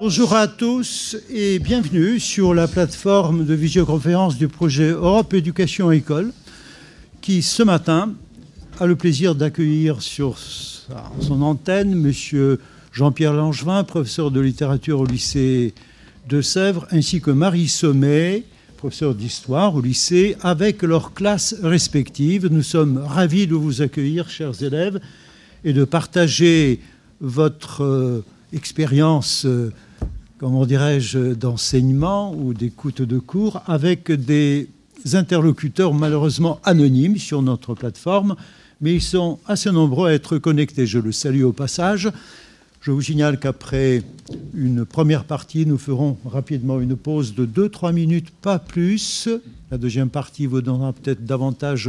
Bonjour à tous et bienvenue sur la plateforme de visioconférence du projet Europe Éducation École qui, ce matin, a le plaisir d'accueillir sur son antenne M. Jean-Pierre Langevin, professeur de littérature au lycée de Sèvres, ainsi que Marie Sommet, professeur d'histoire au lycée, avec leurs classes respectives. Nous sommes ravis de vous accueillir, chers élèves, et de partager votre expérience, comment dirais-je, d'enseignement ou d'écoute de cours avec des interlocuteurs malheureusement anonymes sur notre plateforme, mais ils sont assez nombreux à être connectés. Je le salue au passage. Je vous signale qu'après une première partie, nous ferons rapidement une pause de 2-3 minutes, pas plus. La deuxième partie vous donnera peut-être davantage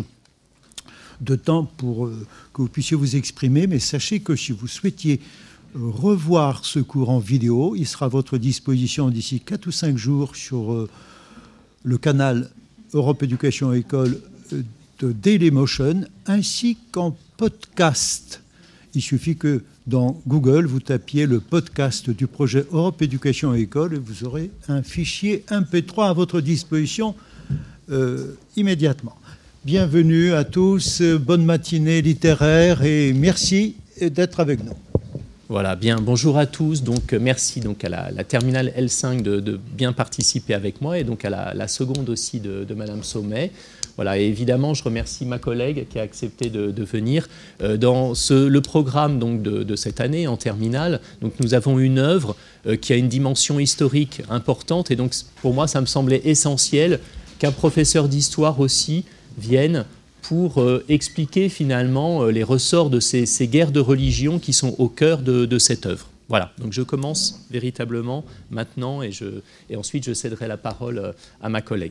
de temps pour que vous puissiez vous exprimer, mais sachez que si vous souhaitiez revoir ce cours en vidéo, il sera à votre disposition d'ici 4 ou 5 jours sur le canal Europe Éducation École de Dailymotion, ainsi qu'en podcast. Il suffit que dans Google, vous tapiez le podcast du projet Europe Éducation École et vous aurez un fichier MP3 à votre disposition immédiatement. Bienvenue à tous, bonne matinée littéraire et merci d'être avec nous. Voilà, bien, bonjour à tous. Donc, merci donc, à la terminale L5 de bien participer avec moi et donc à la seconde aussi de Madame Sommet. Voilà, et évidemment, je remercie ma collègue qui a accepté de venir. Dans le programme donc, de cette année en terminale, donc, nous avons une œuvre qui a une dimension historique importante et donc pour moi, ça me semblait essentiel qu'un professeur d'histoire aussi vienne pour expliquer finalement les ressorts de ces guerres de religion qui sont au cœur de cette œuvre. Voilà, donc je commence véritablement maintenant et ensuite je céderai la parole à ma collègue.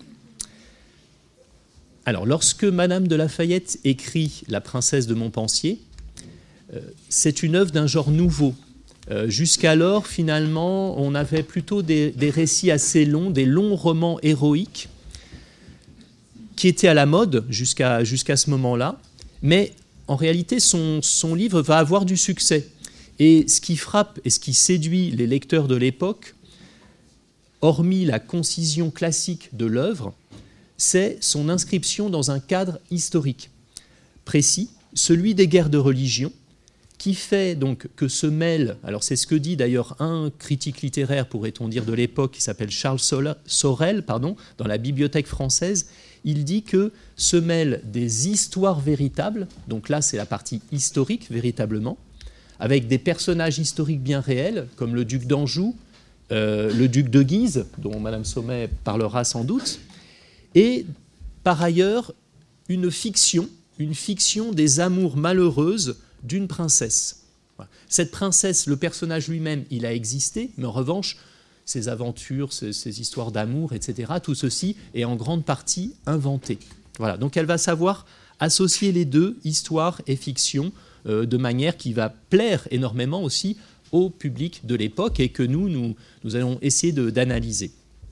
Alors, lorsque Madame de La Fayette écrit « La princesse de Montpensier », c'est une œuvre d'un genre nouveau. Jusqu'alors, finalement, on avait plutôt des récits assez longs, des longs romans héroïques, qui était à la mode jusqu'à ce moment-là, mais en réalité, son livre va avoir du succès. Et ce qui frappe et ce qui séduit les lecteurs de l'époque, hormis la concision classique de l'œuvre, c'est son inscription dans un cadre historique précis, celui des guerres de religion, qui fait donc que se mêle, alors c'est ce que dit d'ailleurs un critique littéraire, pourrait-on dire, de l'époque, qui s'appelle Charles Sorel, dans la Bibliothèque française. Il dit que se mêlent des histoires véritables, donc là c'est la partie historique véritablement, avec des personnages historiques bien réels, comme le duc d'Anjou, le duc de Guise, dont Madame Sommet parlera sans doute, et par ailleurs une fiction des amours malheureuses d'une princesse. Cette princesse, le personnage lui-même, il a existé, mais en revanche, ses aventures, ses histoires d'amour, etc., tout ceci est en grande partie inventé. Voilà, donc elle va savoir associer les deux, histoire et fiction, de manière qui va plaire énormément aussi au public de l'époque et que nous allons essayer d'analyser.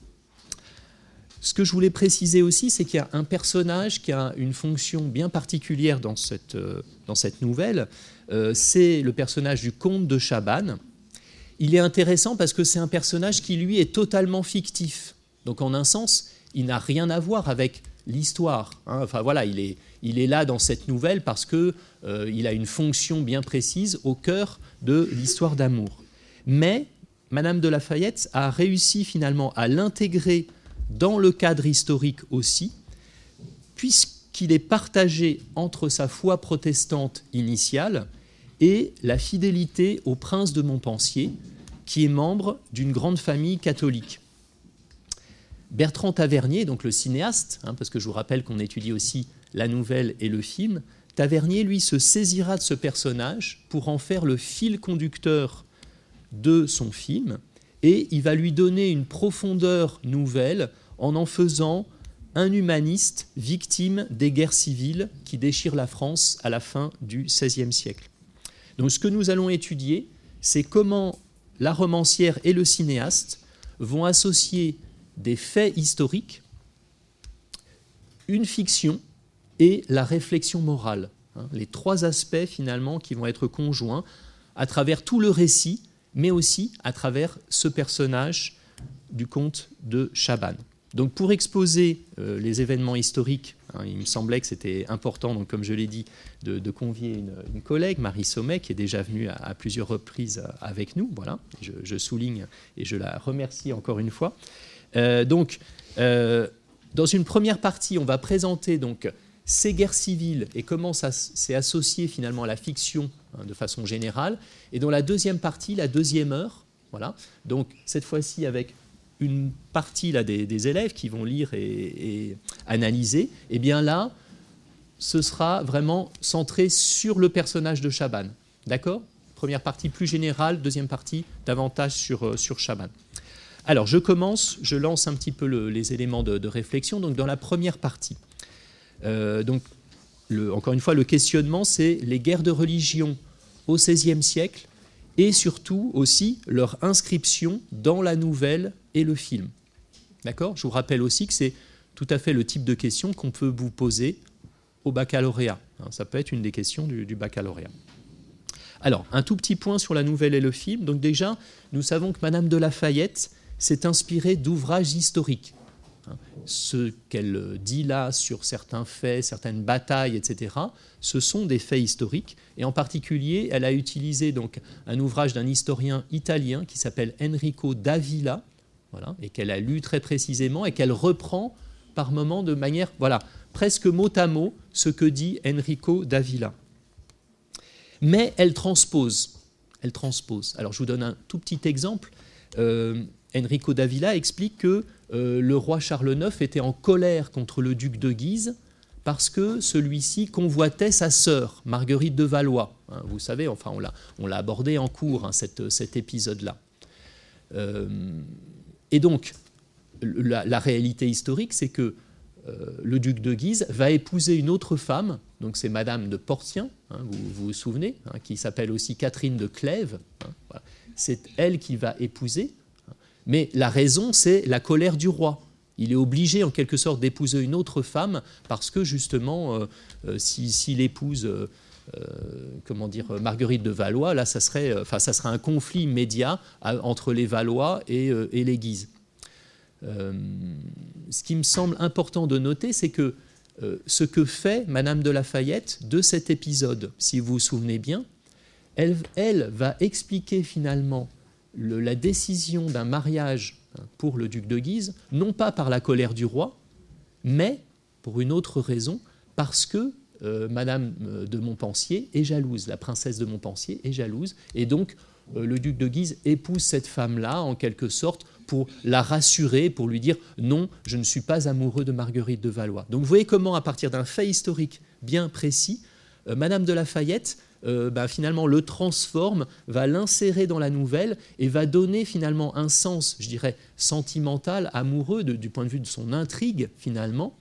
Ce que je voulais préciser aussi, c'est qu'il y a un personnage qui a une fonction bien particulière dans cette nouvelle, c'est le personnage du comte de Chabannes. Il est intéressant parce que c'est un personnage qui, lui, est totalement fictif. Donc, en un sens, il n'a rien à voir avec l'histoire. Enfin, voilà, il est là dans cette nouvelle parce qu'il a une fonction bien précise au cœur de l'histoire d'amour. Mais Madame de La Fayette a réussi finalement à l'intégrer dans le cadre historique aussi, puisqu'il est partagé entre sa foi protestante initiale et la fidélité au prince de Montpensier, qui est membre d'une grande famille catholique. Bertrand Tavernier, donc le cinéaste, parce que je vous rappelle qu'on étudie aussi la nouvelle et le film, Tavernier, lui, se saisira de ce personnage pour en faire le fil conducteur de son film, et il va lui donner une profondeur nouvelle en faisant un humaniste victime des guerres civiles qui déchirent la France à la fin du XVIe siècle. Donc ce que nous allons étudier, c'est comment la romancière et le cinéaste vont associer des faits historiques, une fiction et la réflexion morale. Les trois aspects finalement qui vont être conjoints à travers tout le récit, mais aussi à travers ce personnage du conte de Chabannes. Donc pour exposer les événements historiques, il me semblait que c'était important, donc, comme je l'ai dit, de convier une collègue, Marie Sommet, qui est déjà venue à plusieurs reprises avec nous. Voilà, je souligne et je la remercie encore une fois. Dans une première partie, on va présenter donc ces guerres civiles et comment ça s'est associé finalement à la fiction de façon générale. Et dans la deuxième partie, la deuxième heure, voilà, donc cette fois-ci avec une partie là, des élèves qui vont lire et analyser, et bien là, ce sera vraiment centré sur le personnage de Chabannes. D'accord ? Première partie plus générale, deuxième partie davantage sur Chabannes. Alors, je lance un petit peu les éléments de réflexion. Donc, dans la première partie, encore une fois, le questionnement, c'est les guerres de religion au XVIe siècle et surtout aussi leur inscription dans la nouvelle et le film. D'accord ? Je vous rappelle aussi que c'est tout à fait le type de question qu'on peut vous poser au baccalauréat. Ça peut être une des questions du baccalauréat. Alors, un tout petit point sur la nouvelle et le film. Donc déjà, nous savons que Madame de La Fayette s'est inspirée d'ouvrages historiques. Ce qu'elle dit là sur certains faits, certaines batailles, etc., ce sont des faits historiques. Et en particulier, elle a utilisé donc un ouvrage d'un historien italien qui s'appelle Enrico Davila, voilà, et qu'elle a lu très précisément et qu'elle reprend par moments de manière, voilà, presque mot à mot ce que dit Enrico Davila. Mais elle transpose. Alors je vous donne un tout petit exemple. Enrico Davila explique que le roi Charles IX était en colère contre le duc de Guise parce que celui-ci convoitait sa sœur, Marguerite de Valois. Vous savez, enfin on l'a abordé en cours, cet épisode-là. Et donc, la réalité historique, c'est que le duc de Guise va épouser une autre femme, donc c'est Madame de Portien, vous vous souvenez, qui s'appelle aussi Catherine de Clèves. Voilà. C'est elle qui va épouser. Mais la raison, c'est la colère du roi. Il est obligé, en quelque sorte, d'épouser une autre femme parce que, justement, s'il épouse Marguerite de Valois, là, ça serait un conflit immédiat entre les Valois et les Guises. Ce qui me semble important de noter, c'est que ce que fait Madame de La Fayette de cet épisode, si vous vous souvenez bien, elle va expliquer finalement la décision d'un mariage pour le duc de Guise, non pas par la colère du roi, mais pour une autre raison, parce que Madame de Montpensier est jalouse, la princesse de Montpensier est jalouse, et donc le duc de Guise épouse cette femme-là, en quelque sorte, pour la rassurer, pour lui dire « Non, je ne suis pas amoureux de Marguerite de Valois ». Donc vous voyez comment, à partir d'un fait historique bien précis, Madame de La Fayette finalement le transforme, va l'insérer dans la nouvelle et va donner finalement un sens, je dirais, sentimental, amoureux, du point de vue de son intrigue finalement,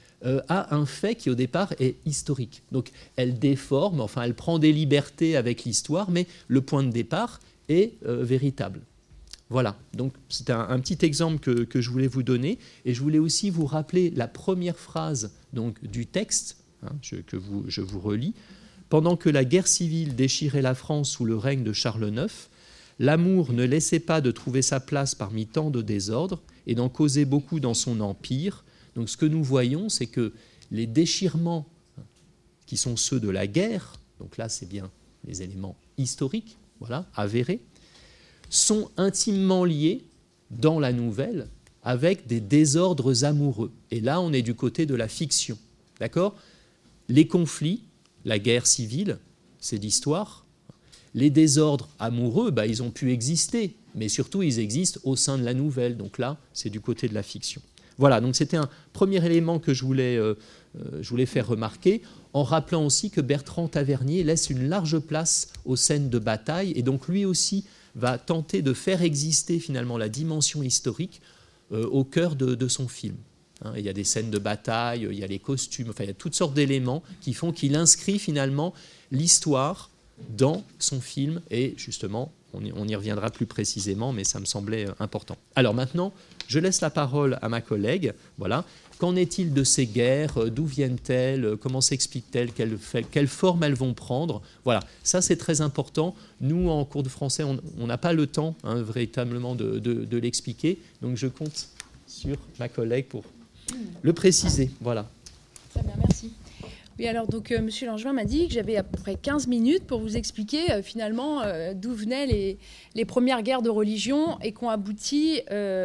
à un fait qui au départ est historique. Donc elle déforme, enfin elle prend des libertés avec l'histoire, mais le point de départ est véritable. Voilà, donc c'est un petit exemple que je voulais vous donner, et je voulais aussi vous rappeler la première phrase donc, du texte, que je vous relis. Pendant que la guerre civile déchirait la France sous le règne de Charles IX, l'amour ne laissait pas de trouver sa place parmi tant de désordres et d'en causer beaucoup dans son empire. Donc ce que nous voyons, c'est que les déchirements qui sont ceux de la guerre, donc là c'est bien les éléments historiques, voilà, avérés, sont intimement liés dans la nouvelle avec des désordres amoureux. Et là on est du côté de la fiction, d'accord ? Les conflits, la guerre civile, c'est l'histoire. Les désordres amoureux, ils ont pu exister, mais surtout ils existent au sein de la nouvelle. Donc là, c'est du côté de la fiction. Voilà, donc c'était un premier élément que je voulais faire remarquer, en rappelant aussi que Bertrand Tavernier laisse une large place aux scènes de bataille, et donc lui aussi va tenter de faire exister finalement la dimension historique au cœur de son film. Il y a des scènes de bataille, il y a les costumes, enfin il y a toutes sortes d'éléments qui font qu'il inscrit finalement l'histoire dans son film et justement on y reviendra plus précisément, mais ça me semblait important. Alors maintenant, je laisse la parole à ma collègue. Voilà. Qu'en est-il de ces guerres? D'où viennent-elles? Comment s'expliquent-elles? Quelle forme elles vont prendre? Voilà, ça c'est très important. Nous, en cours de français, on n'a pas le temps véritablement de l'expliquer. Donc je compte sur ma collègue pour le préciser. Voilà. Très bien, merci. Oui, alors donc Monsieur Langevin m'a dit que j'avais à peu près 15 minutes pour vous expliquer finalement d'où venaient les premières guerres de religion et qui ont abouti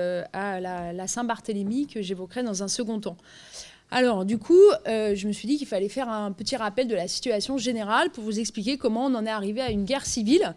à la Saint-Barthélemy que j'évoquerai dans un second temps. Alors du coup, je me suis dit qu'il fallait faire un petit rappel de la situation générale pour vous expliquer comment on en est arrivé à une guerre civile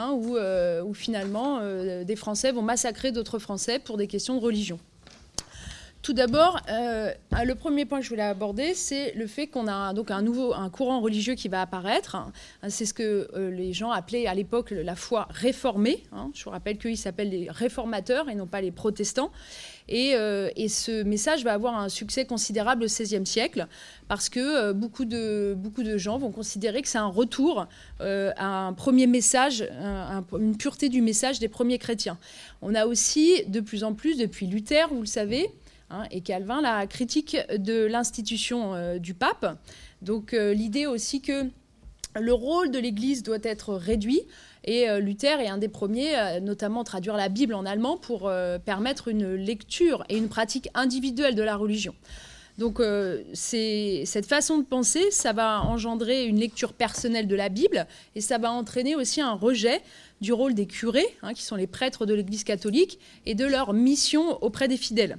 où finalement des Français vont massacrer d'autres Français pour des questions de religion. Tout d'abord, le premier point que je voulais aborder, c'est le fait qu'on a donc un courant religieux qui va apparaître. C'est ce que les gens appelaient à l'époque la foi réformée. Je vous rappelle qu'ils s'appellent les réformateurs et non pas les protestants. Et ce message va avoir un succès considérable au XVIe siècle parce que beaucoup de gens vont considérer que c'est un retour à un premier message, une pureté du message des premiers chrétiens. On a aussi de plus en plus, depuis Luther, vous le savez, et Calvin, la critique de l'institution du pape. Donc l'idée aussi que le rôle de l'Église doit être réduit. Et Luther est un des premiers, notamment traduire la Bible en allemand pour permettre une lecture et une pratique individuelle de la religion. Donc cette façon de penser, ça va engendrer une lecture personnelle de la Bible et ça va entraîner aussi un rejet du rôle des curés, qui sont les prêtres de l'Église catholique, et de leur mission auprès des fidèles.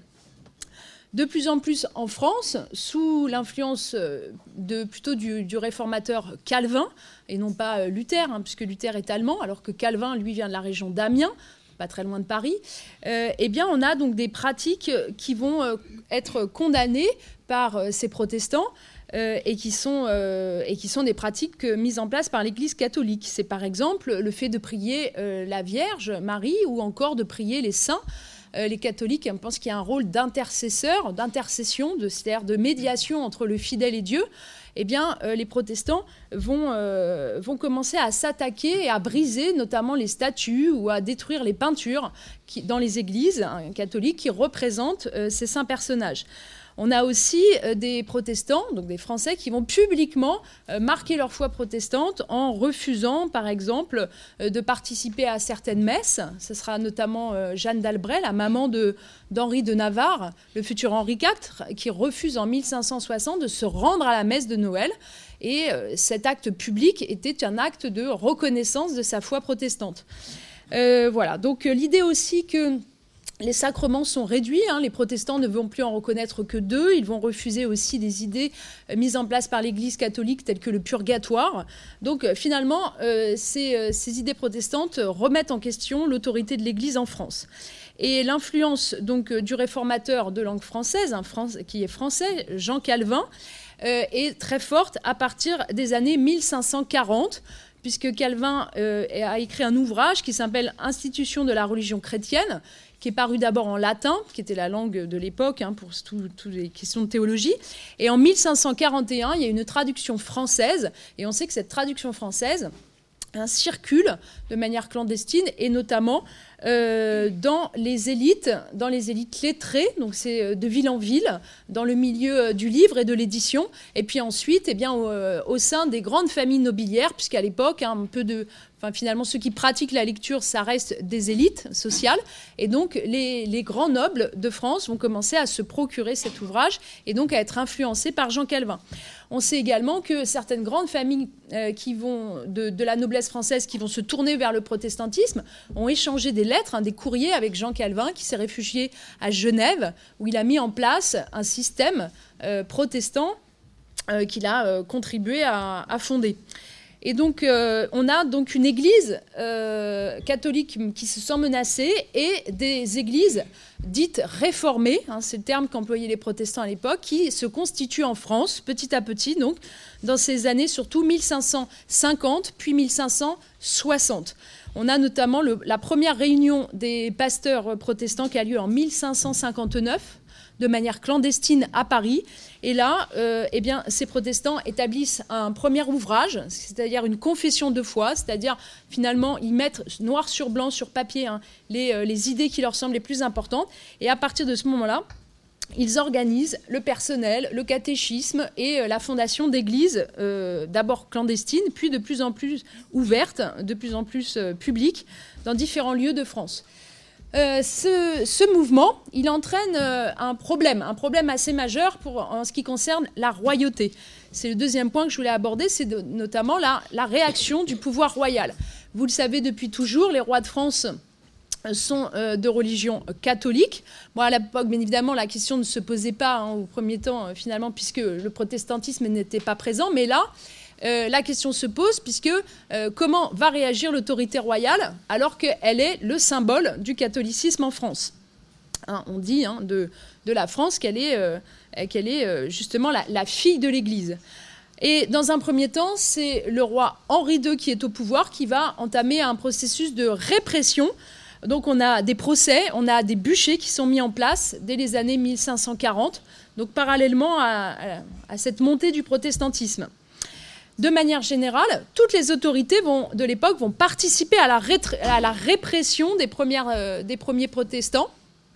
De plus en plus en France, sous l'influence plutôt du réformateur Calvin, et non pas Luther, puisque Luther est allemand, alors que Calvin, lui, vient de la région d'Amiens, pas très loin de Paris, eh bien, on a donc des pratiques qui vont être condamnées par ces protestants et qui sont des pratiques mises en place par l'Église catholique. C'est par exemple le fait de prier la Vierge Marie ou encore de prier les saints. Les catholiques pensent qu'il y a un rôle d'intercesseur, d'intercession, c'est-à-dire de médiation entre le fidèle et Dieu. Eh bien, les protestants vont commencer à s'attaquer et à briser notamment les statues ou à détruire les peintures dans les églises catholiques qui représentent ces saints personnages. On a aussi des protestants, donc des Français, qui vont publiquement marquer leur foi protestante en refusant, par exemple, de participer à certaines messes. Ce sera notamment Jeanne d'Albret, la maman d'Henri de Navarre, le futur Henri IV, qui refuse en 1560 de se rendre à la messe de Noël. Et cet acte public était un acte de reconnaissance de sa foi protestante. Voilà, donc l'idée aussi que les sacrements sont réduits, les protestants ne vont plus en reconnaître que 2, ils vont refuser aussi des idées mises en place par l'Église catholique telles que le purgatoire. Donc finalement, ces idées protestantes remettent en question l'autorité de l'Église en France. Et l'influence donc du réformateur de langue française, qui est français, Jean Calvin, est très forte à partir des années 1540, puisque Calvin a écrit un ouvrage qui s'appelle « Institution de la religion chrétienne », qui est paru d'abord en latin, qui était la langue de l'époque pour toutes les questions de théologie. Et en 1541, il y a une traduction française, et on sait que cette traduction française circule de manière clandestine, et notamment dans les élites lettrées, donc c'est de ville en ville, dans le milieu du livre et de l'édition, et puis ensuite au sein des grandes familles nobiliaires, puisqu'à l'époque, finalement, ceux qui pratiquent la lecture, ça reste des élites sociales. Et donc, les grands nobles de France vont commencer à se procurer cet ouvrage et donc à être influencés par Jean Calvin. On sait également que certaines grandes familles de la noblesse française qui vont se tourner vers le protestantisme ont échangé des lettres, des courriers avec Jean Calvin, qui s'est réfugié à Genève, où il a mis en place un système protestant qu'il a contribué à fonder. Et donc, on a donc une église catholique qui se sent menacée et des églises dites réformées, c'est le terme qu'employaient les protestants à l'époque, qui se constituent en France petit à petit, donc dans ces années surtout 1550 puis 1560. On a notamment la première réunion des pasteurs protestants qui a lieu en 1559. de manière clandestine à Paris. Et là, ces protestants établissent un premier ouvrage, c'est-à-dire une confession de foi, c'est-à-dire finalement ils mettent noir sur blanc sur papier les idées qui leur semblent les plus importantes. Et à partir de ce moment-là, ils organisent le personnel, le catéchisme et la fondation d'églises, d'abord clandestines, puis de plus en plus ouvertes, de plus en plus publiques, dans différents lieux de France. Ce mouvement, il entraîne un problème assez majeur en ce qui concerne la royauté. C'est le deuxième point que je voulais aborder, c'est notamment la réaction du pouvoir royal. Vous le savez depuis toujours, les rois de France sont de religion catholique. Bon, à l'époque, bien évidemment, la question ne se posait pas au premier temps, finalement, puisque le protestantisme n'était pas présent. Mais là, la question se pose, puisque comment va réagir l'autorité royale alors qu'elle est le symbole du catholicisme en France, on dit de la France qu'elle est justement la fille de l'Église. Et dans un premier temps, c'est le roi Henri II qui est au pouvoir, qui va entamer un processus de répression. Donc on a des procès, on a des bûchers qui sont mis en place dès les années 1540, donc parallèlement à cette montée du protestantisme. De manière générale, toutes les autorités de l'époque vont participer à la répression des premiers protestants,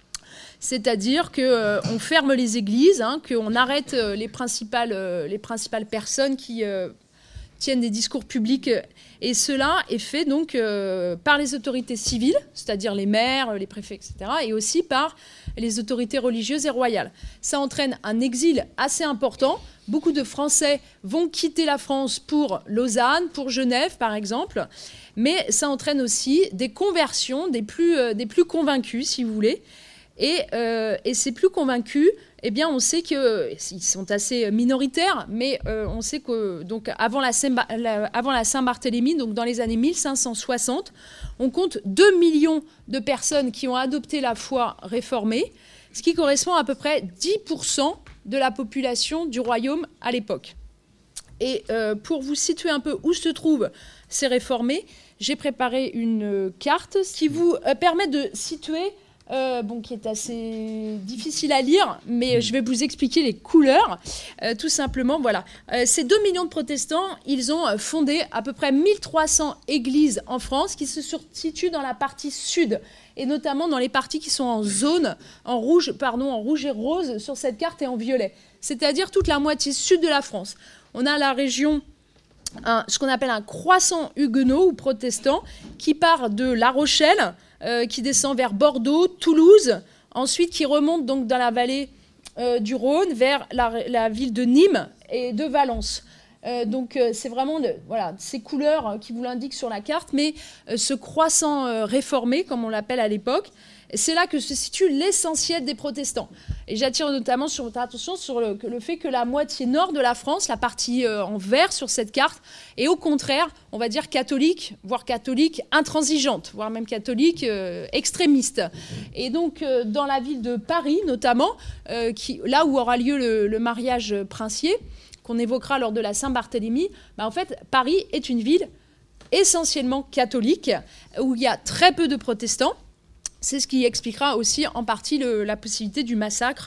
c'est-à-dire qu'on ferme les églises, qu'on arrête les principales personnes qui tiennent des discours publics. Et cela est fait donc par les autorités civiles, c'est-à-dire les maires, les préfets, etc., et aussi par les autorités religieuses et royales. Ça entraîne un exil assez important. Beaucoup de Français vont quitter la France pour Lausanne, pour Genève, par exemple. Mais ça entraîne aussi des conversions des plus convaincus, si vous voulez. Et ces plus convaincus, eh bien, on sait qu'ils sont assez minoritaires, mais on sait que donc, avant la Saint-Barthélemy, donc dans les années 1560, on compte 2 millions de personnes qui ont adopté la foi réformée, ce qui correspond à peu près 10% de la population du royaume à l'époque. Et pour vous situer un peu où se trouvent ces réformés, j'ai préparé une carte qui vous permet de situer... qui est assez difficile à lire, mais je vais vous expliquer les couleurs. Tout simplement, voilà. Ces 2 millions de protestants, ils ont fondé à peu près 1300 églises en France qui se situent dans la partie sud, et notamment dans les parties qui sont en zone, en rouge et rose sur cette carte et en violet. C'est-à-dire toute la moitié sud de la France. On a la région... ce qu'on appelle un croissant huguenot ou protestant qui part de La Rochelle, qui descend vers Bordeaux, Toulouse, ensuite qui remonte donc dans la vallée du Rhône vers la ville de Nîmes et de Valence. Donc c'est vraiment ces couleurs qui vous l'indiquent sur la carte, mais ce croissant réformé, comme on l'appelle à l'époque, c'est là que se situe l'essentiel des protestants. Et j'attire notamment votre attention sur le fait que la moitié nord de la France, la partie en vert sur cette carte, est au contraire, on va dire catholique, voire catholique intransigeante, voire même catholique extrémiste. Et donc dans la ville de Paris notamment, là où aura lieu le mariage princier, qu'on évoquera lors de la Saint-Barthélemy, en fait, Paris est une ville essentiellement catholique, où il y a très peu de protestants. C'est ce qui expliquera aussi en partie la possibilité du massacre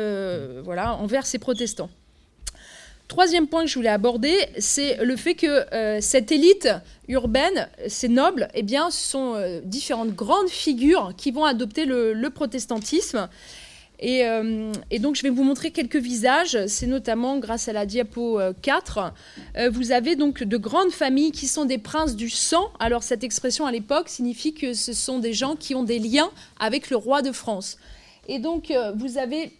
envers ces protestants. Troisième point que je voulais aborder, c'est le fait que cette élite urbaine, ces nobles, eh bien, sont différentes grandes figures qui vont adopter le protestantisme. Et donc, je vais vous montrer quelques visages. C'est notamment grâce à la diapo 4. Vous avez donc de grandes familles qui sont des princes du sang. Alors, cette expression à l'époque signifie que ce sont des gens qui ont des liens avec le roi de France. Et donc, vous avez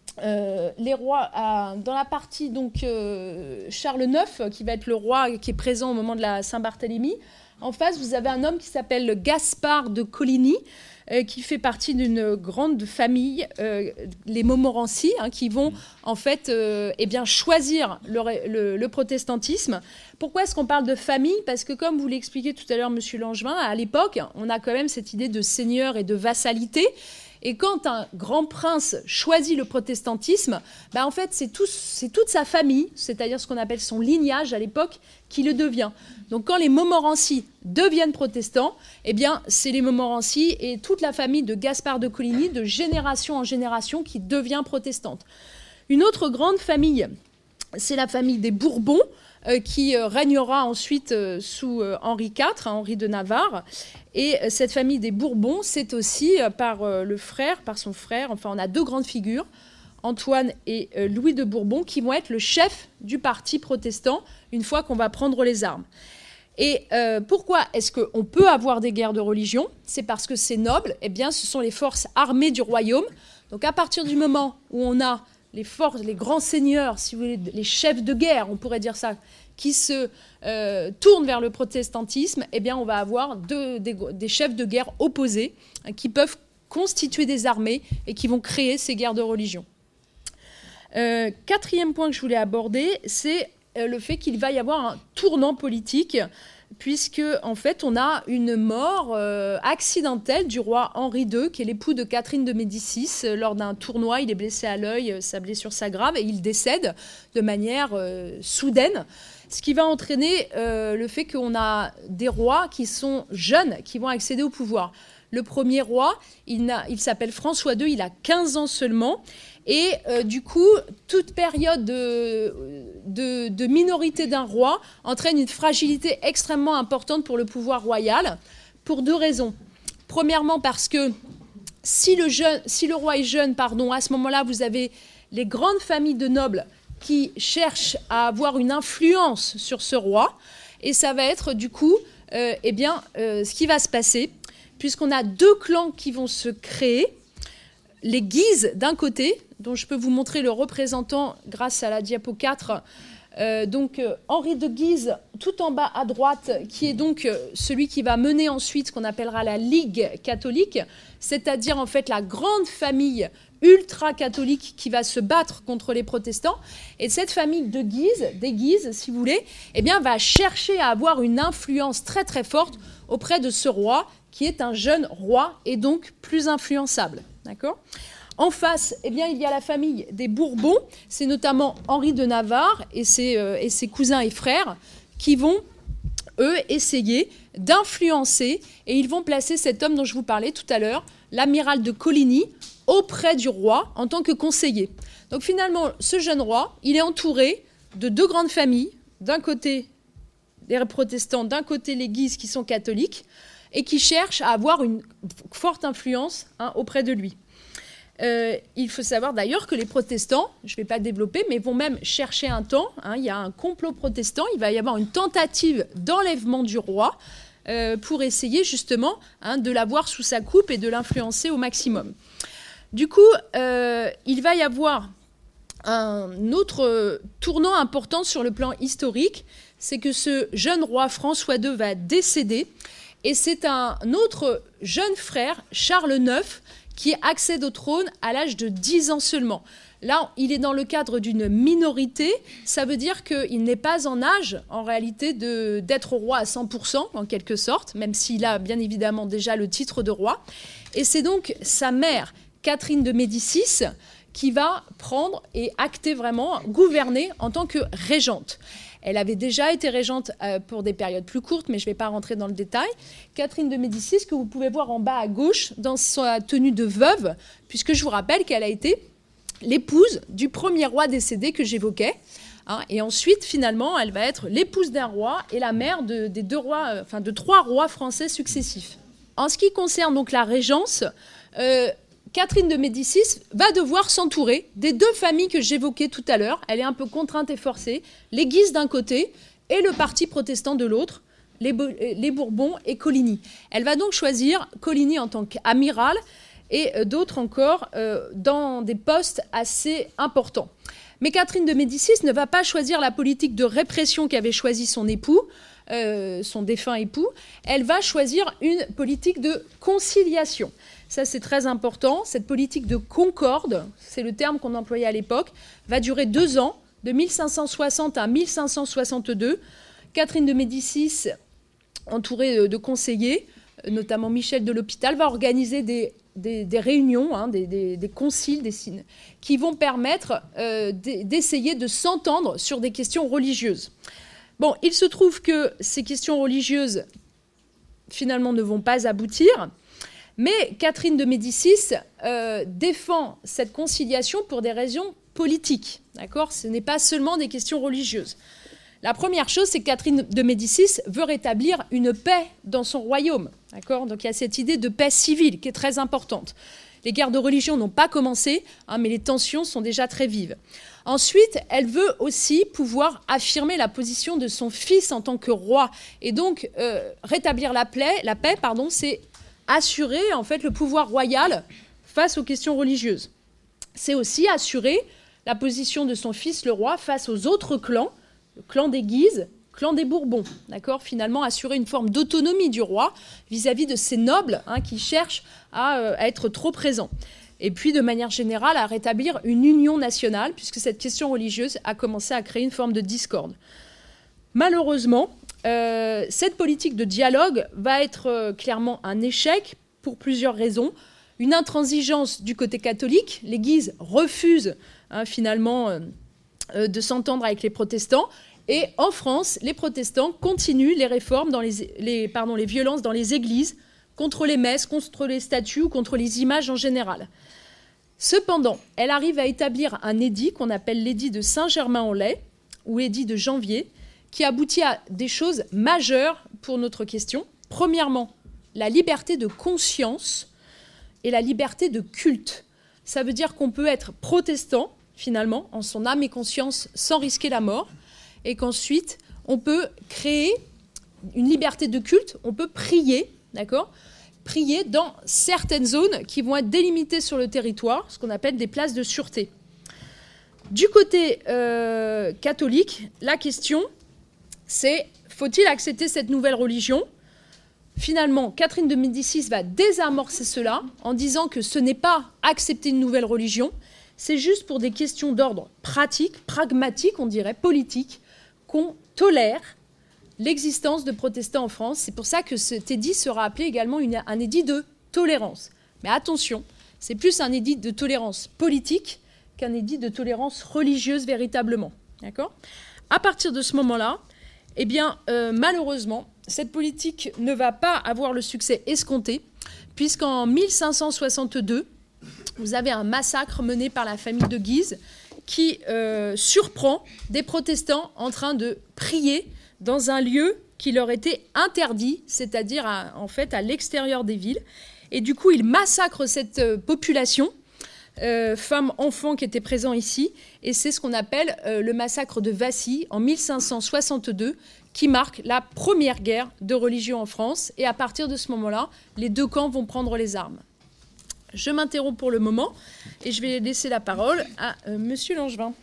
les rois dans la partie donc Charles IX, qui va être le roi qui est présent au moment de la Saint-Barthélemy. En face, vous avez un homme qui s'appelle Gaspard de Coligny, qui fait partie d'une grande famille, les Montmorency, qui vont en fait choisir le protestantisme. Pourquoi est-ce qu'on parle de famille ? Parce que comme vous l'expliquait tout à l'heure Monsieur Langevin, à l'époque, on a quand même cette idée de seigneur et de vassalité. Et quand un grand prince choisit le protestantisme, en fait, c'est toute sa famille, c'est-à-dire ce qu'on appelle son lignage à l'époque, qui le devient. Donc quand les Montmorency deviennent protestants, c'est les Montmorency et toute la famille de Gaspard de Coligny, de génération en génération, qui devient protestante. Une autre grande famille, c'est la famille des Bourbons, qui régnera ensuite sous Henri IV, Henri de Navarre. Et cette famille des Bourbons, c'est aussi par son frère, enfin on a deux grandes figures, Antoine et Louis de Bourbon, qui vont être le chef du parti protestant une fois qu'on va prendre les armes. Et pourquoi est-ce qu'on peut avoir des guerres de religion? C'est parce que ces nobles, ce sont les forces armées du royaume. Donc à partir du moment où on a les grands seigneurs, si vous voulez, les chefs de guerre, on pourrait dire ça, qui se tournent vers le protestantisme, on va avoir des chefs de guerre opposés qui peuvent constituer des armées et qui vont créer ces guerres de religion. Quatrième point que je voulais aborder, c'est le fait qu'il va y avoir un tournant politique, puisque en fait on a une mort accidentelle du roi Henri II, qui est l'époux de Catherine de Médicis. Lors d'un tournoi, il est blessé à l'œil, sa blessure s'aggrave et il décède de manière soudaine, ce qui va entraîner le fait qu'on a des rois qui sont jeunes, qui vont accéder au pouvoir. Le premier roi, il s'appelle François II, il a 15 ans seulement. Et du coup, toute période de minorité d'un roi entraîne une fragilité extrêmement importante pour le pouvoir royal, pour deux raisons. Premièrement, parce que si le roi est jeune, à ce moment-là, vous avez les grandes familles de nobles qui cherchent à avoir une influence sur ce roi. Et ça va être du coup ce qui va se passer, puisqu'on a deux clans qui vont se créer. Les Guises d'un côté, dont je peux vous montrer le représentant grâce à la diapo 4, Henri de Guise, tout en bas à droite, qui est donc celui qui va mener ensuite ce qu'on appellera la Ligue catholique, c'est-à-dire en fait la grande famille ultra-catholique qui va se battre contre les protestants. Et cette famille de Guise, des Guises, si vous voulez, va chercher à avoir une influence très très forte auprès de ce roi, qui est un jeune roi et donc plus influençable. D'accord ? En face, il y a la famille des Bourbons, c'est notamment Henri de Navarre et ses cousins et frères qui vont, eux, essayer d'influencer, et ils vont placer cet homme dont je vous parlais tout à l'heure, l'amiral de Coligny, auprès du roi en tant que conseiller. Donc finalement, ce jeune roi, il est entouré de deux grandes familles, d'un côté les protestants, d'un côté les Guises qui sont catholiques, et qui cherchent à avoir une forte influence auprès de lui. Il faut savoir d'ailleurs que les protestants, je ne vais pas développer, mais vont même chercher un temps, il y a un complot protestant, il va y avoir une tentative d'enlèvement du roi pour essayer justement de l'avoir sous sa coupe et de l'influencer au maximum. Du coup, il va y avoir un autre tournant important sur le plan historique, c'est que ce jeune roi François II va décéder, et c'est un autre jeune frère, Charles IX, qui accède au trône à l'âge de 10 ans seulement. Là, il est dans le cadre d'une minorité. Ça veut dire qu'il n'est pas en âge, en réalité, d'être roi à 100%, en quelque sorte, même s'il a bien évidemment déjà le titre de roi. Et c'est donc sa mère, Catherine de Médicis, qui va prendre et acter vraiment, gouverner en tant que régente. Elle avait déjà été régente pour des périodes plus courtes, mais je ne vais pas rentrer dans le détail. Catherine de Médicis, que vous pouvez voir en bas à gauche, dans sa tenue de veuve, puisque je vous rappelle qu'elle a été l'épouse du premier roi décédé que j'évoquais. Et ensuite, finalement, elle va être l'épouse d'un roi et la mère de trois rois français successifs. En ce qui concerne donc la régence, Catherine de Médicis va devoir s'entourer des deux familles que j'évoquais tout à l'heure. Elle est un peu contrainte et forcée. Les Guises d'un côté et le parti protestant de l'autre, les Bourbons et Coligny. Elle va donc choisir Coligny en tant qu'amiral et d'autres encore dans des postes assez importants. Mais Catherine de Médicis ne va pas choisir la politique de répression qu'avait choisi son époux, son défunt époux. Elle va choisir une politique de conciliation. Ça, c'est très important. Cette politique de concorde, c'est le terme qu'on employait à l'époque, va durer 2 ans, de 1560 à 1562. Catherine de Médicis, entourée de conseillers, notamment Michel de l'Hôpital, va organiser des des réunions, hein, des conciles, qui vont permettre d'essayer de s'entendre sur des questions religieuses. Bon, il se trouve que ces questions religieuses, finalement, ne vont pas aboutir, mais Catherine de Médicis défend cette conciliation pour des raisons politiques. D'accord ? Ce n'est pas seulement des questions religieuses. La première chose, c'est que Catherine de Médicis veut rétablir une paix dans son royaume. D'accord ? Donc il y a cette idée de paix civile qui est très importante. Les guerres de religion n'ont pas commencé, hein, mais les tensions sont déjà très vives. Ensuite, elle veut aussi pouvoir affirmer la position de son fils en tant que roi. Et donc, rétablir la paix, c'est assurer en fait le pouvoir royal face aux questions religieuses. C'est aussi assurer la position de son fils, le roi, face aux autres clans, le clan des Guises, le clan des Bourbons. D'accord ? Finalement, assurer une forme d'autonomie du roi vis-à-vis de ces nobles, hein, qui cherchent à être trop présents. Et puis, de manière générale, à rétablir une union nationale, puisque cette question religieuse a commencé à créer une forme de discorde. Malheureusement, cette politique de dialogue va être clairement un échec pour plusieurs raisons. Une intransigeance du côté catholique. Les Guises refusent finalement de s'entendre avec les protestants. Et en France, les protestants continuent les réformes, les violences dans les églises, contre les messes, contre les statues ou contre les images en général. Cependant, elle arrive à établir un édit qu'on appelle l'édit de Saint-Germain-en-Laye, ou édit de janvier, qui aboutit à des choses majeures pour notre question. Premièrement, la liberté de conscience et la liberté de culte. Ça veut dire qu'on peut être protestant, finalement, en son âme et conscience, sans risquer la mort, et qu'ensuite, on peut créer une liberté de culte, on peut prier, d'accord ? Prier dans certaines zones qui vont être délimitées sur le territoire, ce qu'on appelle des places de sûreté. Du côté catholique, la question, c'est faut-il accepter cette nouvelle religion ? Finalement, Catherine de Médicis va désamorcer cela en disant que ce n'est pas accepter une nouvelle religion, c'est juste pour des questions d'ordre pratique, pragmatique, on dirait, politique, qu'on tolère l'existence de protestants en France. C'est pour ça que cet édit sera appelé également un édit de tolérance. Mais attention, c'est plus un édit de tolérance politique qu'un édit de tolérance religieuse véritablement. D'accord ? À partir de ce moment-là, eh bien, malheureusement, cette politique ne va pas avoir le succès escompté, puisqu'en 1562, vous avez un massacre mené par la famille de Guise qui surprend des protestants en train de prier dans un lieu qui leur était interdit, c'est-à-dire en fait à l'extérieur des villes. Et du coup, ils massacrent cette population, femmes, enfants qui étaient présents ici, et c'est ce qu'on appelle le massacre de Vassy en 1562, qui marque la première guerre de religion en France. Et à partir de ce moment-là, les deux camps vont prendre les armes. Je m'interromps pour le moment et je vais laisser la parole à Monsieur Langevin.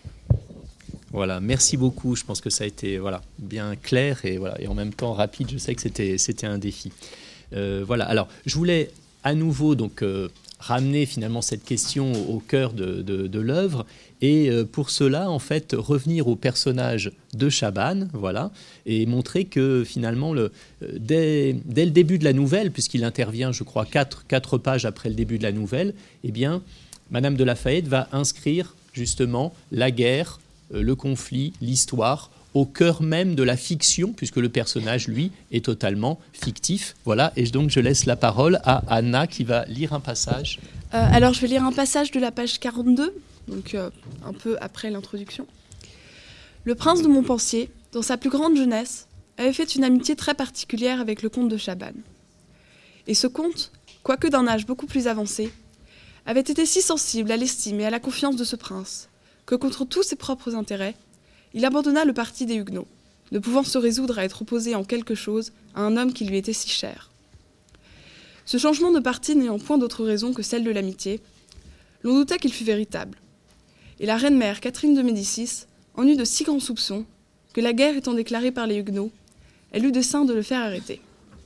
Voilà, merci beaucoup. Je pense que ça a été bien clair et en même temps rapide. Je sais que c'était un défi. Alors, je voulais à nouveau ramener finalement cette question au cœur de l'œuvre et pour cela, en fait, revenir au personnage de Chabannes, et montrer que finalement, dès le début de la nouvelle, puisqu'il intervient, je crois, 4 pages après le début de la nouvelle, eh bien, Madame de La Fayette va inscrire justement la guerre, le conflit, l'histoire au cœur même de la fiction, puisque le personnage, lui, est totalement fictif. Et donc je laisse la parole à Anna qui va lire un passage. Alors je vais lire un passage de la page 42, donc un peu après l'introduction. Le prince de Montpensier, dans sa plus grande jeunesse, avait fait une amitié très particulière avec le comte de Chabannes. Et ce comte, quoique d'un âge beaucoup plus avancé, avait été si sensible à l'estime et à la confiance de ce prince, que contre tous ses propres intérêts, il abandonna le parti des Huguenots, ne pouvant se résoudre à être opposé en quelque chose à un homme qui lui était si cher. Ce changement de parti n'ayant point d'autre raison que celle de l'amitié, l'on doutait qu'il fût véritable. Et la reine-mère Catherine de Médicis en eut de si grands soupçons que la guerre étant déclarée par les Huguenots, elle eut dessein de le faire arrêter.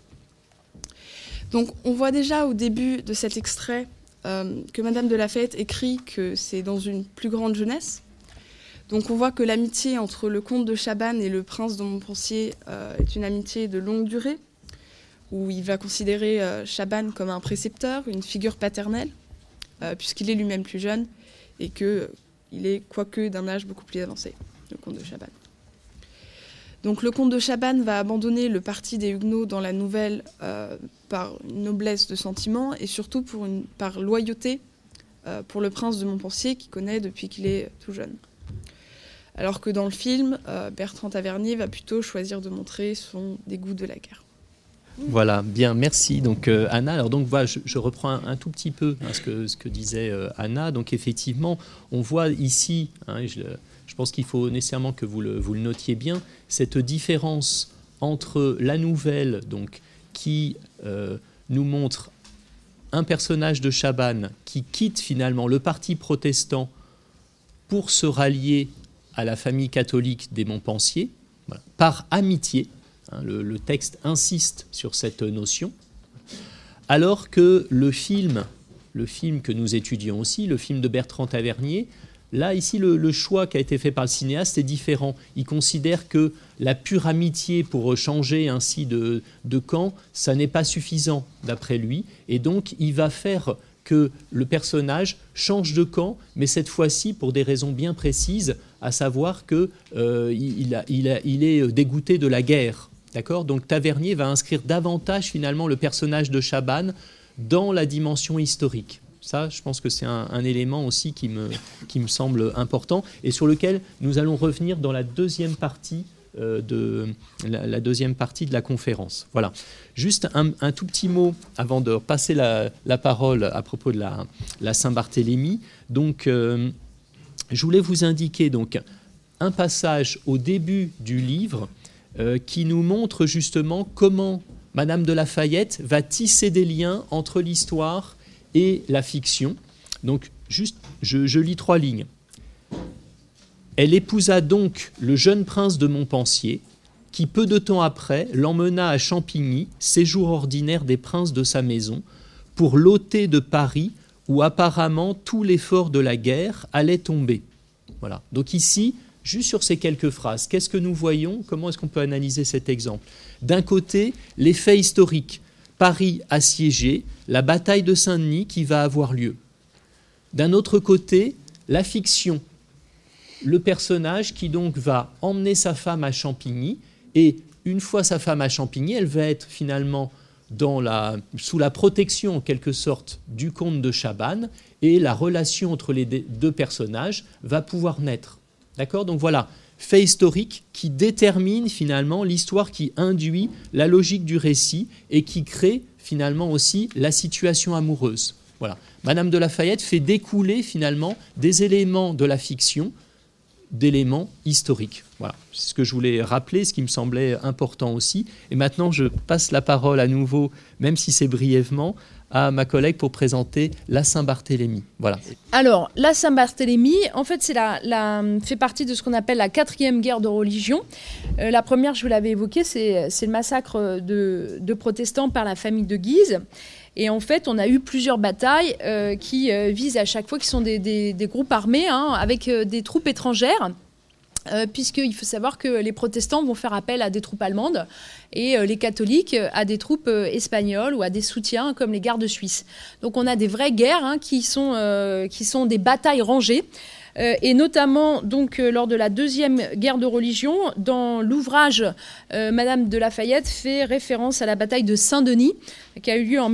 Donc on voit déjà au début de cet extrait que Madame de La Fayette écrit que c'est dans une plus grande jeunesse. Donc on voit que l'amitié entre le comte de Chabannes et le prince de Montpensier est une amitié de longue durée. où il va considérer Chaban comme un précepteur, une figure paternelle, puisqu'il est lui-même plus jeune et qu'il est, quoique, d'un âge beaucoup plus avancé, le comte de Chaban. Donc le comte de Chaban va abandonner le parti des Huguenots dans la nouvelle par une noblesse de sentiment et surtout par loyauté pour le prince de Montpensier qu'il connaît depuis qu'il est tout jeune. Alors que dans le film, Bertrand Tavernier va plutôt choisir de montrer son dégoût de la guerre. Voilà, bien, merci. Donc Anna, alors donc voilà, je reprends un tout petit peu ce que disait Anna. Donc effectivement, on voit ici, je pense qu'il faut nécessairement que vous le notiez bien, cette différence entre la nouvelle, donc qui nous montre un personnage de Chaban qui quitte finalement le parti protestant pour se rallier à la famille catholique des Montpensier, voilà, par amitié. Le texte insiste sur cette notion, alors que le film que nous étudions aussi, le film de Bertrand Tavernier, là, ici, le choix qui a été fait par le cinéaste est différent. Il considère que la pure amitié pour changer ainsi de camp, ça n'est pas suffisant, d'après lui, et donc il va faire que le personnage change de camp, mais cette fois-ci pour des raisons bien précises, à savoir qu'il est dégoûté de la guerre. D'accord ? Donc Tavernier va inscrire davantage finalement le personnage de Chaban dans la dimension historique. Ça, je pense que c'est un élément aussi qui me semble important et sur lequel nous allons revenir dans la deuxième partie de la conférence. Voilà. Juste un tout petit mot avant de passer la parole à propos de la Saint-Barthélemy. Donc, je voulais vous indiquer donc un passage au début du livre qui nous montre justement comment Madame de La Fayette va tisser des liens entre l'histoire et la fiction. Donc, juste, je lis 3 lignes. Elle épousa donc le jeune prince de Montpensier, qui peu de temps après l'emmena à Champigny, séjour ordinaire des princes de sa maison, pour l'ôter de Paris, où apparemment tout l'effort de la guerre allait tomber. Voilà. Donc ici, juste sur ces quelques phrases, qu'est-ce que nous voyons ? Comment est-ce qu'on peut analyser cet exemple ? D'un côté, les faits historiques. Paris assiégé, la bataille de Saint-Denis qui va avoir lieu. D'un autre côté, la fiction. Le personnage qui donc va emmener sa femme à Champigny, et une fois sa femme à Champigny, elle va être finalement sous la protection en quelque sorte du comte de Chaban, et la relation entre les deux personnages va pouvoir naître. D'accord ? Donc voilà, fait historique qui détermine finalement l'histoire qui induit la logique du récit et qui crée finalement aussi la situation amoureuse. Voilà. Madame de La Fayette fait découler finalement des éléments de la fiction, d'éléments historiques. Voilà, c'est ce que je voulais rappeler, ce qui me semblait important aussi. Et maintenant, je passe la parole à nouveau, même si c'est brièvement, à ma collègue pour présenter la Saint-Barthélemy. Voilà. Alors, la Saint-Barthélemy, en fait, fait partie de ce qu'on appelle la 4e guerre de religion. La première, je vous l'avais évoquée, c'est le massacre de protestants par la famille de Guise. Et en fait, on a eu plusieurs batailles qui visent à chaque fois, qui sont des groupes armés, avec des troupes étrangères. Puisqu'il faut savoir que les protestants vont faire appel à des troupes allemandes et les catholiques à des troupes espagnoles ou à des soutiens comme les gardes suisses. Donc on a des vraies guerres qui sont des batailles rangées. Et notamment donc lors de la 2e guerre de religion, dans l'ouvrage Madame de La Fayette fait référence à la bataille de Saint-Denis qui a eu lieu en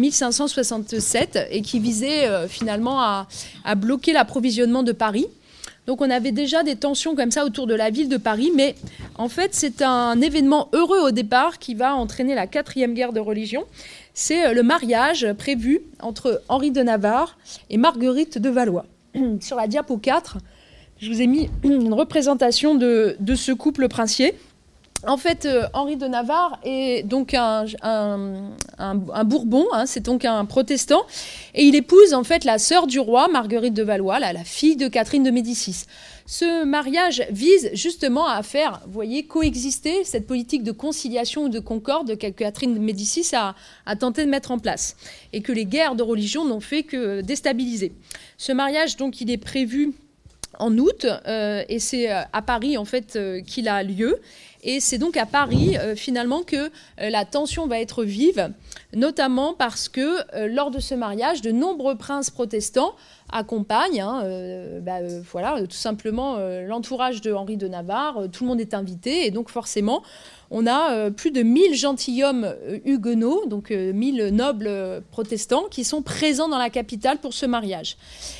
1567 et qui visait finalement à bloquer l'approvisionnement de Paris. Donc on avait déjà des tensions comme ça autour de la ville de Paris, mais en fait c'est un événement heureux au départ qui va entraîner la 4e guerre de religion. C'est le mariage prévu entre Henri de Navarre et Marguerite de Valois. Sur la diapo 4, je vous ai mis une représentation de ce couple princier. En fait, Henri de Navarre est donc un Bourbon, c'est donc un protestant, et il épouse en fait la sœur du roi, Marguerite de Valois, la fille de Catherine de Médicis. Ce mariage vise justement à faire, vous voyez, coexister cette politique de conciliation ou de concorde que Catherine de Médicis a tenté de mettre en place, et que les guerres de religion n'ont fait que déstabiliser. Ce mariage, donc, il est prévu en août, et c'est à Paris en fait qu'il a lieu. Et c'est donc à Paris finalement que la tension va être vive, notamment parce que lors de ce mariage, de nombreux princes protestants accompagnent, voilà, tout simplement l'entourage de Henri de Navarre. Tout le monde est invité, et donc forcément, on a plus de 1000 gentilshommes huguenots, donc 1000 nobles protestants, qui sont présents dans la capitale pour ce mariage.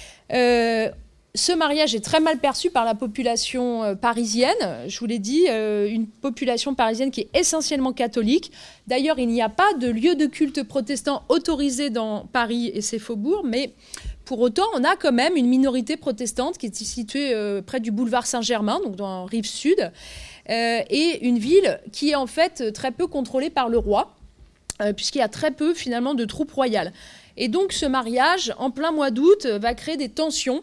Ce mariage est très mal perçu par la population parisienne. Je vous l'ai dit, une population parisienne qui est essentiellement catholique. D'ailleurs, il n'y a pas de lieu de culte protestant autorisé dans Paris et ses faubourgs, mais pour autant, on a quand même une minorité protestante qui est située près du boulevard Saint-Germain, donc dans la rive sud, et une ville qui est en fait très peu contrôlée par le roi, puisqu'il y a très peu finalement de troupes royales. Et donc ce mariage, en plein mois d'août, va créer des tensions.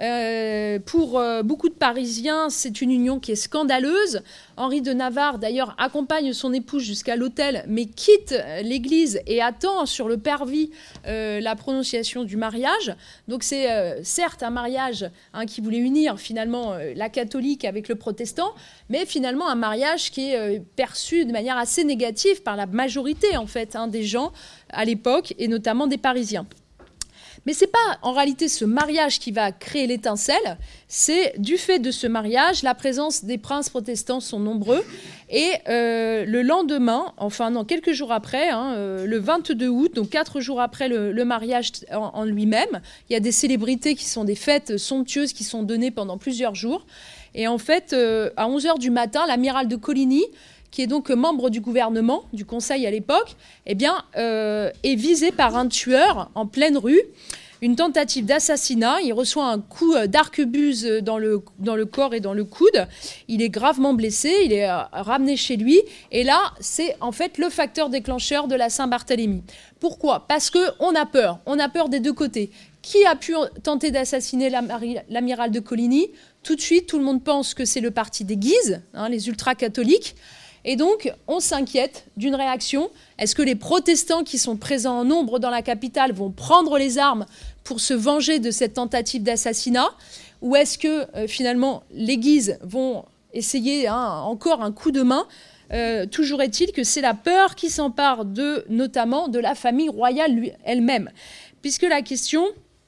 Pour beaucoup de Parisiens, c'est une union qui est scandaleuse. Henri de Navarre, d'ailleurs, accompagne son épouse jusqu'à l'autel, mais quitte l'église et attend sur le parvis la prononciation du mariage. Donc c'est certes un mariage qui voulait unir finalement la catholique avec le protestant, mais finalement un mariage qui est perçu de manière assez négative par la majorité en fait des gens à l'époque, et notamment des Parisiens. Mais ce n'est pas en réalité ce mariage qui va créer l'étincelle, c'est du fait de ce mariage, la présence des princes protestants sont nombreux, et le lendemain, enfin non, quelques jours après, le 22 août, donc 4 jours après le mariage en lui-même, il y a des célébrités qui sont des fêtes somptueuses qui sont données pendant plusieurs jours, et en fait, à 11h du matin, l'amiral de Coligny, qui est donc membre du gouvernement, du Conseil à l'époque, eh bien, est visé par un tueur en pleine rue, une tentative d'assassinat. Il reçoit un coup d'arquebuse dans le corps et dans le coude. Il est gravement blessé, il est ramené chez lui. Et là, c'est en fait le facteur déclencheur de la Saint-Barthélemy. Pourquoi ? Parce qu'on a peur. On a peur des deux côtés. Qui a pu tenter d'assassiner l'amiral de Coligny ? Tout de suite, tout le monde pense que c'est le parti des Guises, les ultra-catholiques. Et donc, on s'inquiète d'une réaction. Est-ce que les protestants qui sont présents en nombre dans la capitale vont prendre les armes pour se venger de cette tentative d'assassinat ? Ou est-ce que, finalement, les Guises vont essayer encore un coup de main ? Toujours est-il que c'est la peur qui s'empare notamment de la famille royale elle-même. Puisque la question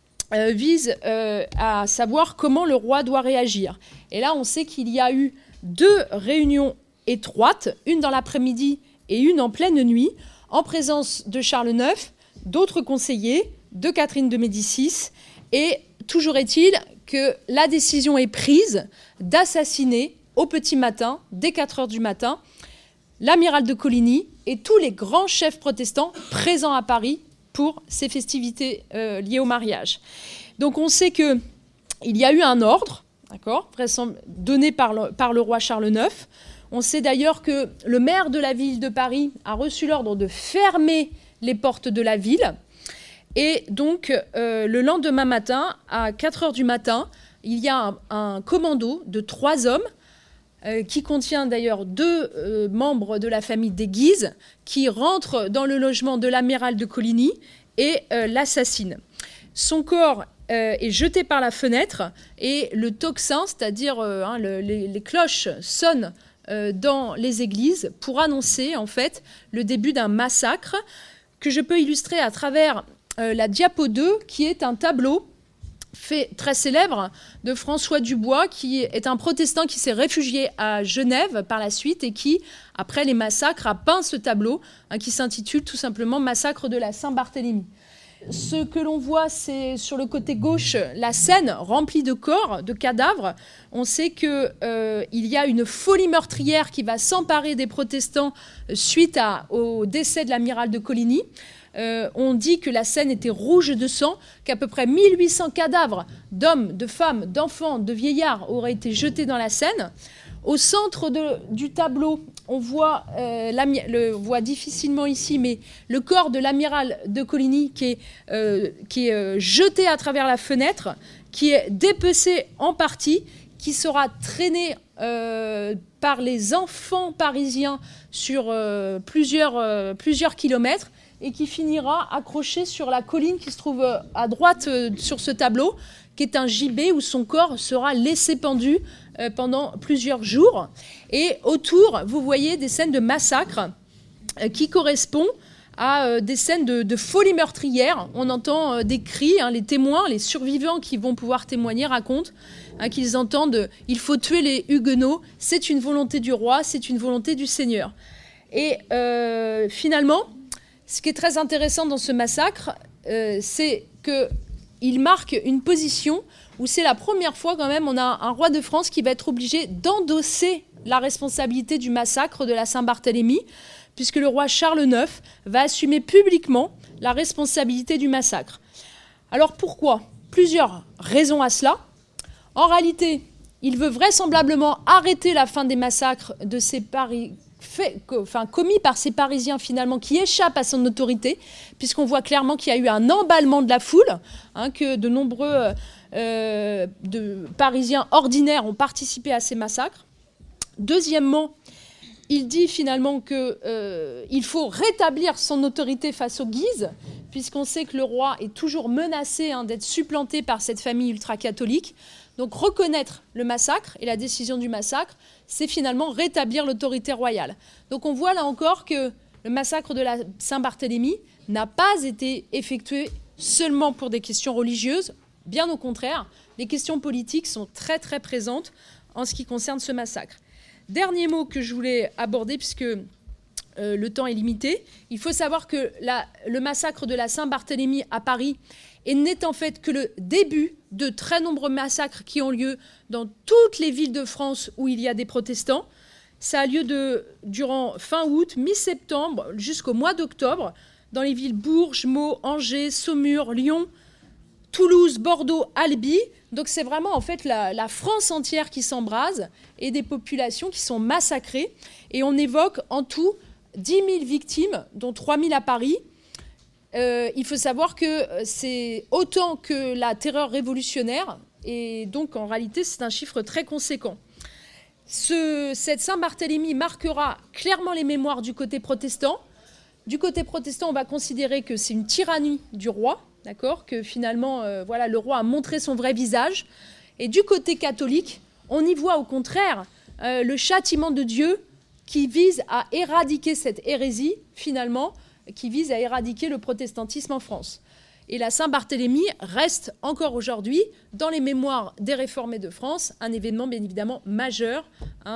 vise à savoir comment le roi doit réagir. Et là, on sait qu'il y a eu 2 réunions étroites, une dans l'après-midi et une en pleine nuit, en présence de Charles IX, d'autres conseillers, de Catherine de Médicis, et toujours est-il que la décision est prise d'assassiner au petit matin, dès 4h du matin, l'amiral de Coligny et tous les grands chefs protestants présents à Paris pour ces festivités liées au mariage. Donc on sait qu'il y a eu un ordre, donné par le roi Charles IX. On sait d'ailleurs que le maire de la ville de Paris a reçu l'ordre de fermer les portes de la ville. Et donc, le lendemain matin, à 4h du matin, il y a un commando de 3 hommes, qui contient d'ailleurs 2 membres de la famille des Guises, qui rentrent dans le logement de l'amiral de Coligny et l'assassinent. Son corps est jeté par la fenêtre et le tocsin, c'est-à-dire les cloches sonnent dans les églises pour annoncer en fait le début d'un massacre que je peux illustrer à travers la diapo 2, qui est un tableau fait très célèbre de François Dubois, qui est un protestant qui s'est réfugié à Genève par la suite et qui, après les massacres, a peint ce tableau qui s'intitule tout simplement « Massacre de la Saint-Barthélemy ». Ce que l'on voit, c'est sur le côté gauche la Seine remplie de corps, de cadavres. On sait qu'il y a une folie meurtrière qui va s'emparer des protestants suite au décès de l'amiral de Coligny. On dit que la Seine était rouge de sang, qu'à peu près 1800 cadavres d'hommes, de femmes, d'enfants, de vieillards auraient été jetés dans la Seine. Au centre du tableau, on voit, on voit difficilement ici, mais le corps de l'amiral de Coligny qui est jeté à travers la fenêtre, qui est dépecé en partie, qui sera traîné par les enfants parisiens sur plusieurs kilomètres, et qui finira accroché sur la colline qui se trouve à droite sur ce tableau, qui est un gibet où son corps sera laissé pendu pendant plusieurs jours. Et autour, vous voyez des scènes de massacre qui correspondent à des scènes de folie meurtrière. On entend des cris, les témoins, les survivants qui vont pouvoir témoigner racontent qu'ils entendent « il faut tuer les Huguenots, c'est une volonté du roi, c'est une volonté du Seigneur ». Et finalement, ce qui est très intéressant dans ce massacre, c'est qu'il marque une position où c'est la première fois quand même on a un roi de France qui va être obligé d'endosser la responsabilité du massacre de la Saint-Barthélemy, puisque le roi Charles IX va assumer publiquement la responsabilité du massacre. Alors pourquoi ? Plusieurs raisons à cela. En réalité, il veut vraisemblablement arrêter la fin des massacres de ces commis par ces Parisiens finalement qui échappent à son autorité, puisqu'on voit clairement qu'il y a eu un emballement de la foule, que de nombreux Parisiens ordinaires ont participé à ces massacres. Deuxièmement, il dit finalement qu'il faut rétablir son autorité face aux Guises, puisqu'on sait que le roi est toujours menacé d'être supplanté par cette famille ultra-catholique. Donc reconnaître le massacre et la décision du massacre, c'est finalement rétablir l'autorité royale. Donc on voit là encore que le massacre de la Saint-Barthélemy n'a pas été effectué seulement pour des questions religieuses. Bien au contraire, les questions politiques sont très très présentes en ce qui concerne ce massacre. Dernier mot que je voulais aborder, puisque le temps est limité, il faut savoir que le massacre de la Saint-Barthélemy à Paris n'est en fait que le début de très nombreux massacres qui ont lieu dans toutes les villes de France où il y a des protestants. Ça a lieu durant fin août, mi-septembre, jusqu'au mois d'octobre, dans les villes Bourges, Meaux, Angers, Saumur, Lyon, Toulouse, Bordeaux, Albi. Donc c'est vraiment en fait la France entière qui s'embrase et des populations qui sont massacrées. Et on évoque en tout 10 000 victimes, dont 3 000 à Paris. Il faut savoir que c'est autant que la terreur révolutionnaire. Et donc en réalité c'est un chiffre très conséquent. Cette Saint-Barthélemy marquera clairement les mémoires du côté protestant. Du côté protestant, on va considérer que c'est une tyrannie du roi, d'accord, que finalement le roi a montré son vrai visage. Et du côté catholique, on y voit au contraire le châtiment de Dieu qui vise à éradiquer cette hérésie, finalement, qui vise à éradiquer le protestantisme en France. Et la Saint-Barthélemy reste encore aujourd'hui, dans les mémoires des réformés de France, un événement bien évidemment majeur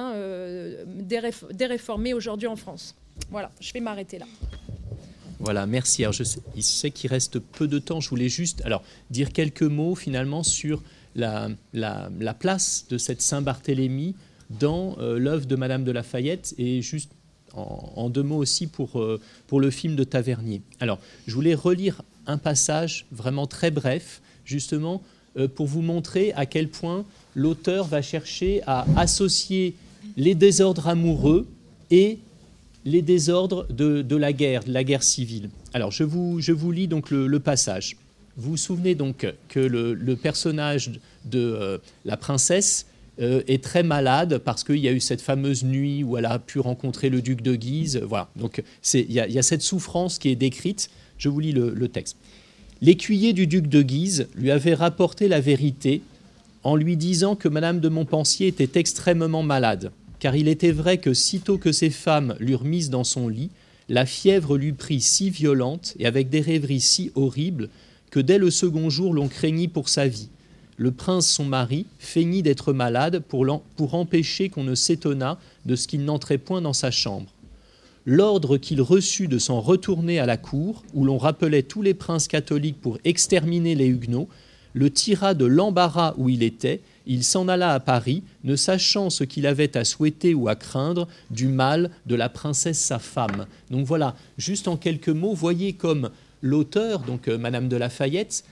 des réformés aujourd'hui en France. Voilà, je vais m'arrêter là. Voilà, merci. Alors, je sais qu'il reste peu de temps. Je voulais juste dire quelques mots finalement sur la place de cette Saint-Barthélemy dans l'œuvre de Madame de La Fayette, et juste en deux mots aussi pour le film de Tavernier. Alors, je voulais relire un passage vraiment très bref, justement, pour vous montrer à quel point l'auteur va chercher à associer les désordres amoureux et les désordres de la guerre civile. Alors, je vous lis donc le passage. Vous vous souvenez donc que le personnage de la princesse est très malade parce qu'il y a eu cette fameuse nuit où elle a pu rencontrer le duc de Guise. Voilà, donc il y a cette souffrance qui est décrite. Je vous lis le texte. L'écuyer du duc de Guise lui avait rapporté la vérité en lui disant que Madame de Montpensier était extrêmement malade, car il était vrai que sitôt que ses femmes l'eurent mise dans son lit, la fièvre lui prit si violente et avec des rêveries si horribles que dès le second jour l'on craignit pour sa vie. Le prince, son mari, feignit d'être malade pour empêcher qu'on ne s'étonnât de ce qu'il n'entrait point dans sa chambre. L'ordre qu'il reçut de s'en retourner à la cour, où l'on rappelait tous les princes catholiques pour exterminer les Huguenots, le tira de l'embarras où il était. Il s'en alla à Paris, ne sachant ce qu'il avait à souhaiter ou à craindre du mal de la princesse sa femme. Donc voilà, juste en quelques mots, voyez comme l'auteur, donc Madame de La Fayette,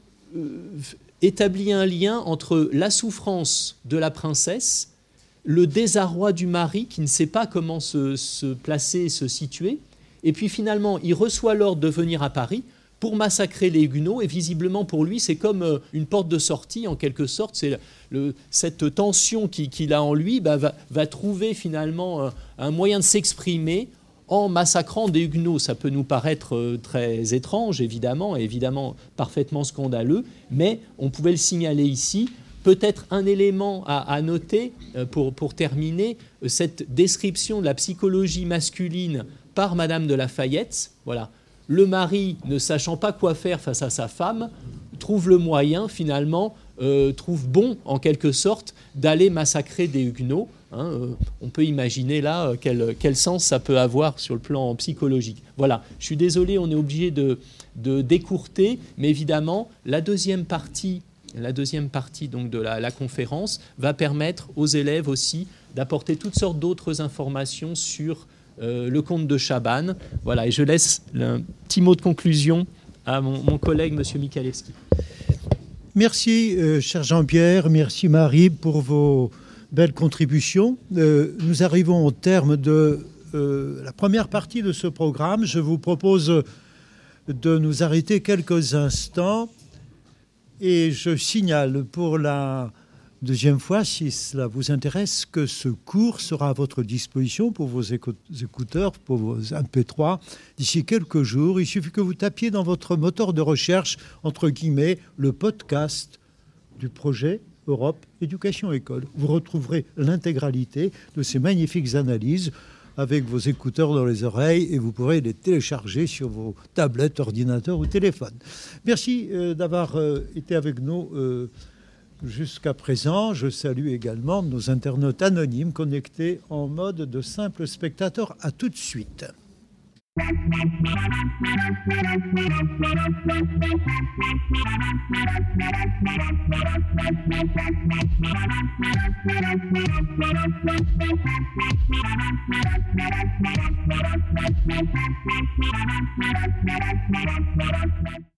établit un lien entre la souffrance de la princesse, le désarroi du mari qui ne sait pas comment se placer, se situer, et puis finalement il reçoit l'ordre de venir à Paris pour massacrer les Huguenots, et visiblement pour lui c'est comme une porte de sortie en quelque sorte. C'est cette tension qu'il a en lui va trouver finalement un moyen de s'exprimer en massacrant des huguenots. Ça peut nous paraître très étrange, évidemment, et évidemment parfaitement scandaleux, mais on pouvait le signaler ici. Peut-être un élément à noter pour terminer, cette description de la psychologie masculine par Madame de La Fayette. Voilà. Le mari, ne sachant pas quoi faire face à sa femme, trouve le moyen, finalement, trouve bon, en quelque sorte, d'aller massacrer des huguenots. On peut imaginer là quel sens ça peut avoir sur le plan psychologique. Voilà, je suis désolé, on est obligé de décourter, mais évidemment, la deuxième partie donc de la conférence va permettre aux élèves aussi d'apporter toutes sortes d'autres informations sur le conte de Chabannes. Voilà, et je laisse un petit mot de conclusion à mon collègue, M. Michalewski. Merci, cher Jean-Pierre, merci Marie pour vos belles contributions. Nous arrivons au terme de la première partie de ce programme. Je vous propose de nous arrêter quelques instants et je signale pour la deuxième fois, si cela vous intéresse, que ce cours sera à votre disposition pour vos écouteurs, pour vos MP3 d'ici quelques jours. Il suffit que vous tapiez dans votre moteur de recherche, entre guillemets, le podcast du projet Europe Éducation École. Vous retrouverez l'intégralité de ces magnifiques analyses avec vos écouteurs dans les oreilles et vous pourrez les télécharger sur vos tablettes, ordinateurs ou téléphones. Merci d'avoir été avec nous jusqu'à présent. Je salue également nos internautes anonymes connectés en mode de simple spectateur. À tout de suite.